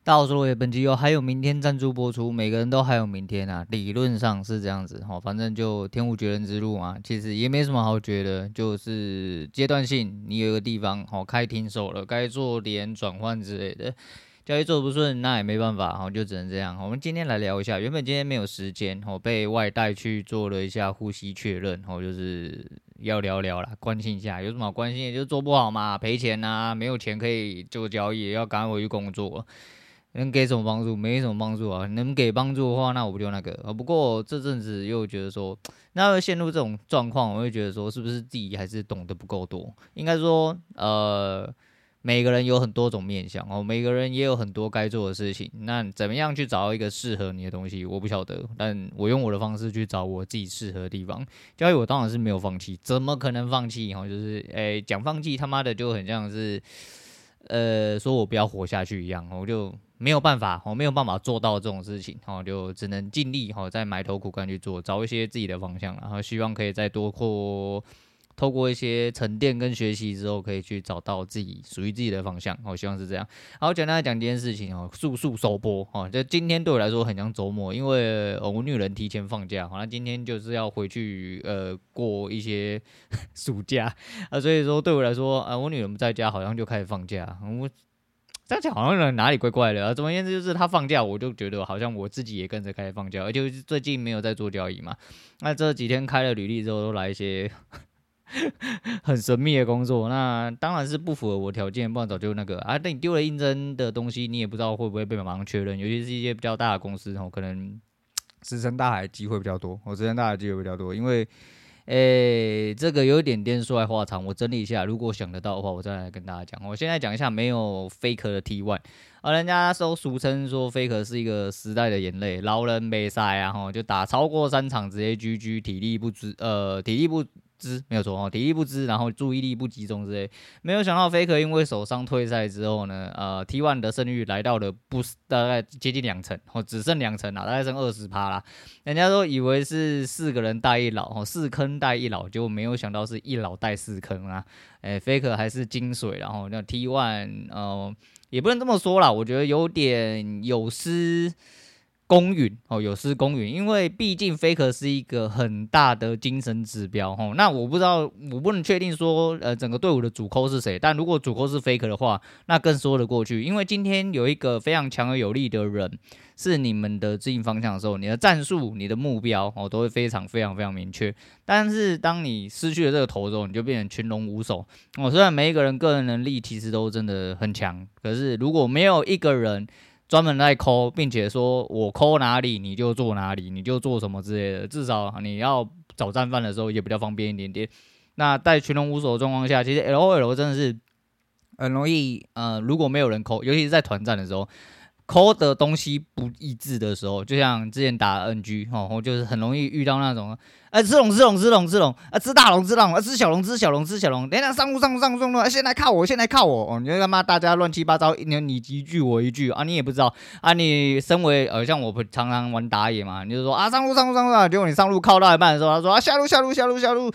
大家好，我是罗爷，本期还有明天赞助播出，每个人都还有明天啊，理论上是这样子哈，反正就天无绝人之路嘛，其实也没什么好觉得，就是阶段性，你有一个地方开停手了，该做点转换之类的。交易做不顺，那也没办法，就只能这样。我们今天来聊一下，原本今天没有时间，被外带去做了一下呼吸确认，就是要聊聊啦，关心一下，有什么好关心的？就是做不好嘛，赔钱啊，没有钱可以做交易，要赶快回去工作。能给什么帮助？没什么帮助啊。能给帮助的话，那我就那个。不过这阵子又觉得说，那会陷入这种状况，我会觉得说，是不是自己还是懂得不够多？应该说，每个人有很多种面向哦，每个人也有很多该做的事情。那怎么样去找到一个适合你的东西，我不晓得。但我用我的方式去找我自己适合的地方。交易我当然是没有放弃，怎么可能放弃？就是讲放弃他妈的就很像是。说我不要活下去一样，我就没有办法，我没有办法做到这种事情，就只能尽力再埋头苦干去做，找一些自己的方向，然后希望可以再透过一些沉淀跟学习之后，可以去找到自己属于自己的方向，希望是这样。好，简单来讲这件事情速速收播就今天对我来说很像周末，因为我女人提前放假，那今天就是要回去过一些暑假所以说对我来说我女人不在家，好像就开始放假，我。这样讲好像哪里怪怪的总而言之，就是她放假，我就觉得好像我自己也跟着开始放假，而且最近没有在做交易嘛。那这几天开了履历之后，都来一些很神秘的工作，那当然是不符合我条件，不然早就那个等你丢了应征的东西，你也不知道会不会被马上确认，尤其是一些比较大的公司可能石沉大海的机会比较多，石沉大海的机会比较多，因为。这个有点颠，说来话长，我整理一下，如果想得到的话，我再来跟大家讲。我现在讲一下没有 fake 的 T1，人家都俗称说 fake 是一个时代的眼泪，老人没赛啊，就打超过3场直接 GG， 体力不支没有错体力不支，然后注意力不集中之类。没有想到 Faker 因为手伤退赛之后呢，T1 的胜率来到了大概接近2成，只剩2成啦，大概剩20%啦。人家都以为是4个人带一老，4坑带一老，结果没有想到是一老带4坑啊。Faker 还是金水，然后那 T1 也不能这么说啦，我觉得有点有失。有失公允，因为毕竟 Faker 是一个很大的精神指标那我不知道，我不能确定说整个队伍的主抠是谁，但如果主抠是 Faker 的话，那更说得过去，因为今天有一个非常强而有力的人是你们的指引方向的时候，你的战术、你的目标都会非常非常非常明确。但是当你失去了这个头之后，你就变成群龙无首虽然每一个人个人能力其实都真的很强，可是如果没有一个人专门来抠，并且说我抠哪里你就做哪里，你就做什么之类的，至少你要找战犯的时候也比较方便一点点。那在群龙无首的状况下，其实 LOL 真的是很容易如果没有人抠，尤其是在团战的时候。抠的东西不一致的时候，就像之前打 NG 就是很容易遇到那种吃龙吃大龙吃小龙等一下上路先来靠我你就他妈大家乱七八糟，你一句我一句你也不知道你身为像我常常玩打野嘛，你就说上路结果你上路靠到一半的时候，他说下路小龙他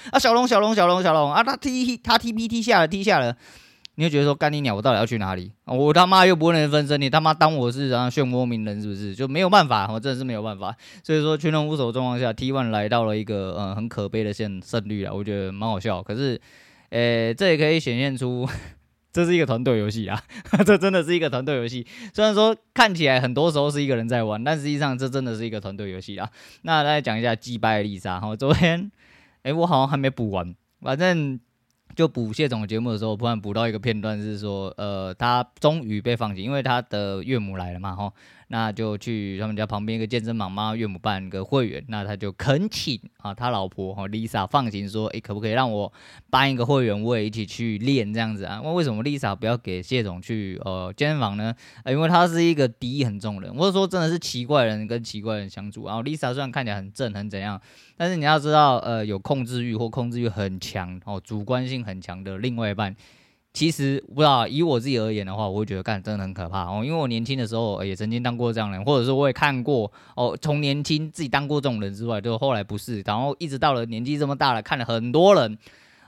TP 下了。你会觉得说干你鸟，我到底要去哪里？我他妈又不能分身，你他妈当我是漩涡鸣人是不是？就没有办法，我真的是没有办法。所以说群龙无首的状况下 ，T1 来到了一个很可悲的胜率啦，我觉得蛮好笑。可是，这也可以显现出这是一个团队游戏啊，这真的是一个团队游戏。虽然说看起来很多时候是一个人在玩，但实际上这真的是一个团队游戏啊。那来讲一下击败丽莎昨天我好像还没补完，反正。就补谢总的节目的时候，突然补到一个片段，是说，他终于被放弃，因为他的岳母来了嘛，那就去他们家旁边一个健身房帮岳母办一个会员，那他就恳请他老婆Lisa 放行说，可不可以让我办一个会员，我也一起去练这样子啊？为什么 Lisa 不要给谢总去健身房呢？因为他是一个敌意很重的人，或者说真的是奇怪人跟奇怪人相处。然后 Lisa 虽然看起来很正很怎样，但是你要知道，有控制欲或控制欲很强主观性很强的另外一半。其实不知道，以我自己而言的话，我会觉得干真的很可怕因为我年轻的时候也曾经当过这样的人，或者是我也看过从年轻自己当过这种人之外，就后来不是，然后一直到了年纪这么大了，看了很多人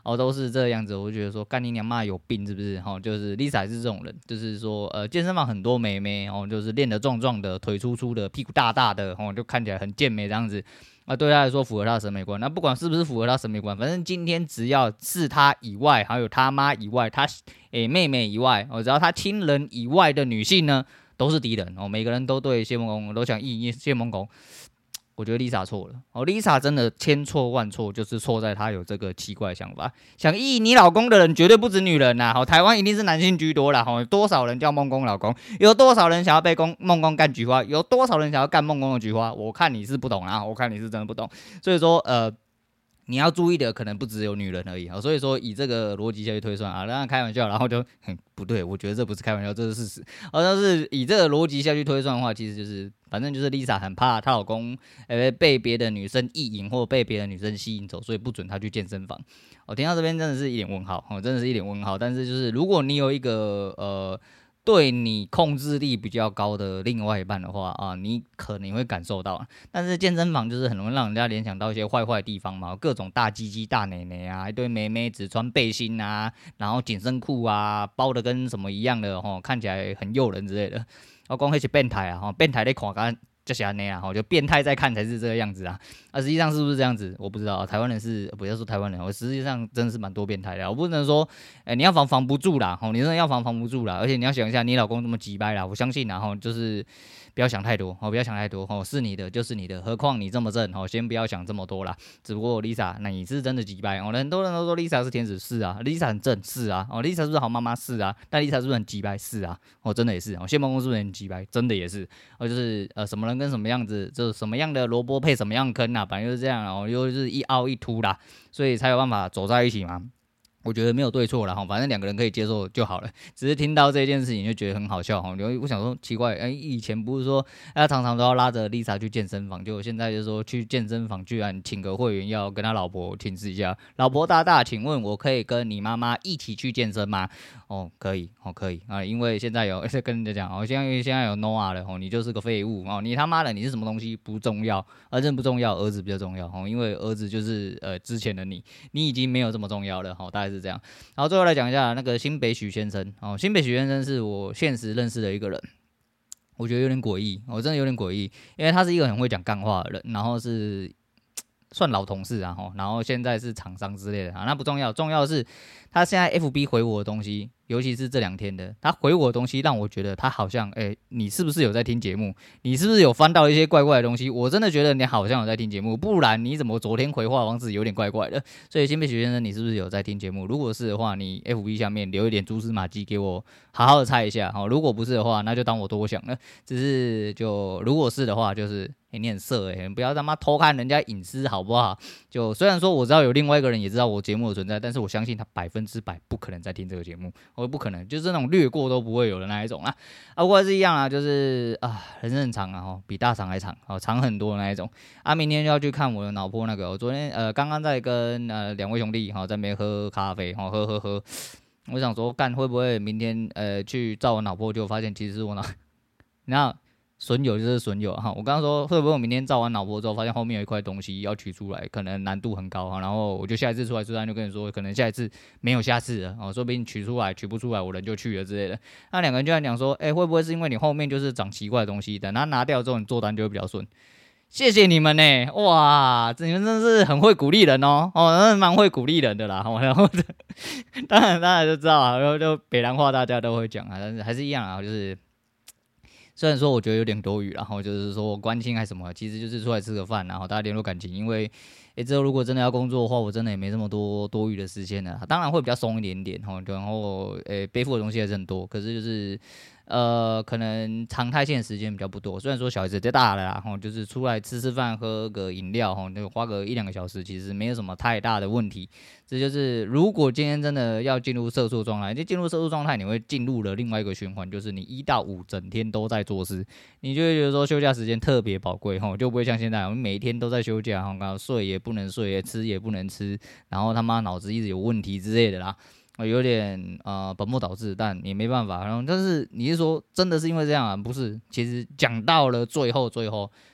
都是这样子，我就觉得说干你娘妈有病是不是？就是 Lisa 是这种人，就是说健身房很多妹妹就是练得壮壮的，腿粗粗的，屁股大大的就看起来很健美这样子。对他来说符合他的审美观，那不管是不是符合他审美观，反正今天只要是他以外，还有他妈以外，他妹妹以外，只要他亲人以外的女性呢，都是敌人每个人都对谢梦工都想谢梦工。我觉得 Lisa 错了Lisa 真的千错万错，就是错在她有这个奇怪的想法，想你老公的人绝对不止女人呐台湾一定是男性居多啦多少人叫梦工老公，有多少人想要被梦工干菊花，有多少人想要干梦工的菊花，我看你是不懂我看你是真的不懂，所以说你要注意的可能不只有女人而已所以说以这个逻辑下去推算当然开玩笑，然后就不对，我觉得这不是开玩笑，这是事实但是以这个逻辑下去推算的话，其实就是反正就是 Lisa 很怕她老公被别的女生意淫或被别的女生吸引走，所以不准她去健身房听到这边真的是一脸问号真的是一脸问号。但是就是如果你有一个对你控制力比较高的另外一半的话你可能会感受到。但是健身房就是很容易让人家联想到一些坏的地方嘛，各种大鸡鸡大奶奶一堆妹妹只穿背心然后紧身裤包的跟什么一样的看起来很诱人之类的。我讲那是变态变态在看就是这样就变态在看才是这个样子实际上是不是这样子我不知道台湾人是不要说台湾人我实际上真的是蛮多变态的我不能说你要防不住啦你真的要防不住啦，而且你要想一下你老公这么鸡掰啦，我相信就是不要想太多不要想太多是你的就是你的，何况你这么正先不要想这么多啦。只不过 Lisa 那你是真的鸡掰很多人都说 Lisa 是天使，是Lisa 很正，是Lisa 是不是好妈妈，是但 Lisa 是不是很鸡掰，是真的也是谢梦工是不是很鸡掰，真的也是就是什么人跟什么样子，就是什么样的萝卜配什么样的坑本来就是这样又是一凹一凸啦，所以才有办法走在一起嘛。我觉得没有对错啦反正两个人可以接受就好了。只是听到这件事情就觉得很好笑我想说奇怪以前不是说他常常都要拉着 Lisa 去健身房，结果现在就说去健身房居然请个会员要跟他老婆请示一下，老婆大大请问我可以跟你妈妈一起去健身吗？可以可以因为现在有跟人家讲现在有 Noah 了你就是个废物你他妈的你是什么东西不重要，真不重要，儿子比较重要因为儿子就是之前的你已经没有这么重要了大概是这样。然后最后来讲一下那个新北许先生新北许先生是我现实认识的一个人，我觉得有点诡异真的有点诡异，因为他是一个很会讲干话的人，然后是算老同事然后现在是厂商之类的那不重要，重要的是他现在 FB 回我的东西，尤其是这2天的他回我的东西，让我觉得他好像你是不是有在听节目，你是不是有翻到一些怪怪的东西，我真的觉得你好像有在听节目，不然你怎么昨天回话方式有点怪怪的。所以新北许先生你是不是有在听节目，如果是的话你 FB 下面留一点蛛丝马迹给我好好的猜一下如果不是的话那就当我多想了，只是就如果是的话就是你很色不要他妈偷看人家隐私好不好？就虽然说我知道有另外一个人也知道我节目的存在，但是我相信他100%不可能在听这个节目不可能，就是那种略过都不会有的那一种不过还是一样就是人生很长比大肠还长长很多的那一种明天就要去看我的脑波那个我昨天刚刚在跟2位兄弟在那边喝咖啡喝，我想说干会不会明天去照我脑波，就发现其实是我脑那损友就是损友我刚刚说会不会我明天照完脑波之后发现后面有一块东西要取出来，可能难度很高然后我就下一次出来就跟你说可能下一次没有下次了说不定取不出来我人就去了之类的。那2个人就在讲说会不会是因为你后面就是长奇怪的东西，等它拿掉之后你做单就会比较顺。谢谢你们哇你们真的是很会鼓励人真的蛮会鼓励人的啦然后当然就知道然后就北兰话大家都会讲但是还是一样就是虽然说我觉得有点多余，然后就是说关心还是什么，其实就是出来吃个饭，然后大家联络感情。因为之后如果真的要工作的话，我真的也没这么多余的时间了，当然会比较松一点点然后背负的东西还是很多，可是就是可能常态性的时间比较不多。虽然说小孩子太大了啦就是出来吃饭喝个饮料就花个1-2个小时，其实没有什么太大的问题。这就是如果今天真的要进入社畜状态，就进入社畜状态，你会进入了另外一个循环，就是你1到5整天都在做事，你就会觉得说休假时间特别宝贵就不会像现在我们每一天都在休假睡也不能睡，吃也不能吃，然后他妈脑子一直有问题之类的啦。有点本末倒置，但也没办法。但是你是说真的是因为这样不是，其实讲到了最后，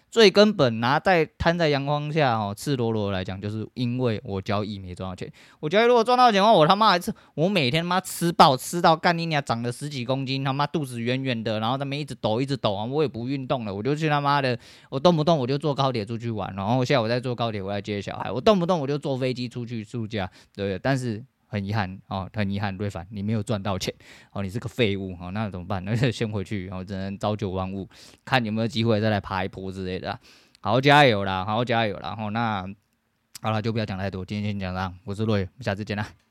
最根本拿在摊在阳光下哦，赤裸裸来讲，就是因为我交易没赚到钱。我交易如果赚到钱的话，我他妈还是我每天他妈吃饱吃到干你娘长了10几公斤，他妈肚子圆圆的，然后他们一直抖啊，我也不运动了，我就去他妈的，我动不动我就坐高铁出去玩，然后下午再坐高铁回来接小孩，我动不动我就坐飞机出去度假，对不对？但是很遗憾哦，很遗憾，瑞凡，你没有赚到钱哦，你是个废物哦，那怎么办？那就先回去，然后只能朝九晚五，看有没有机会再来爬一波之类的、啊。好好加油啦，好好加油啦！然后那好了，就不要讲太多，今天先讲这样，我是瑞，下次见啦。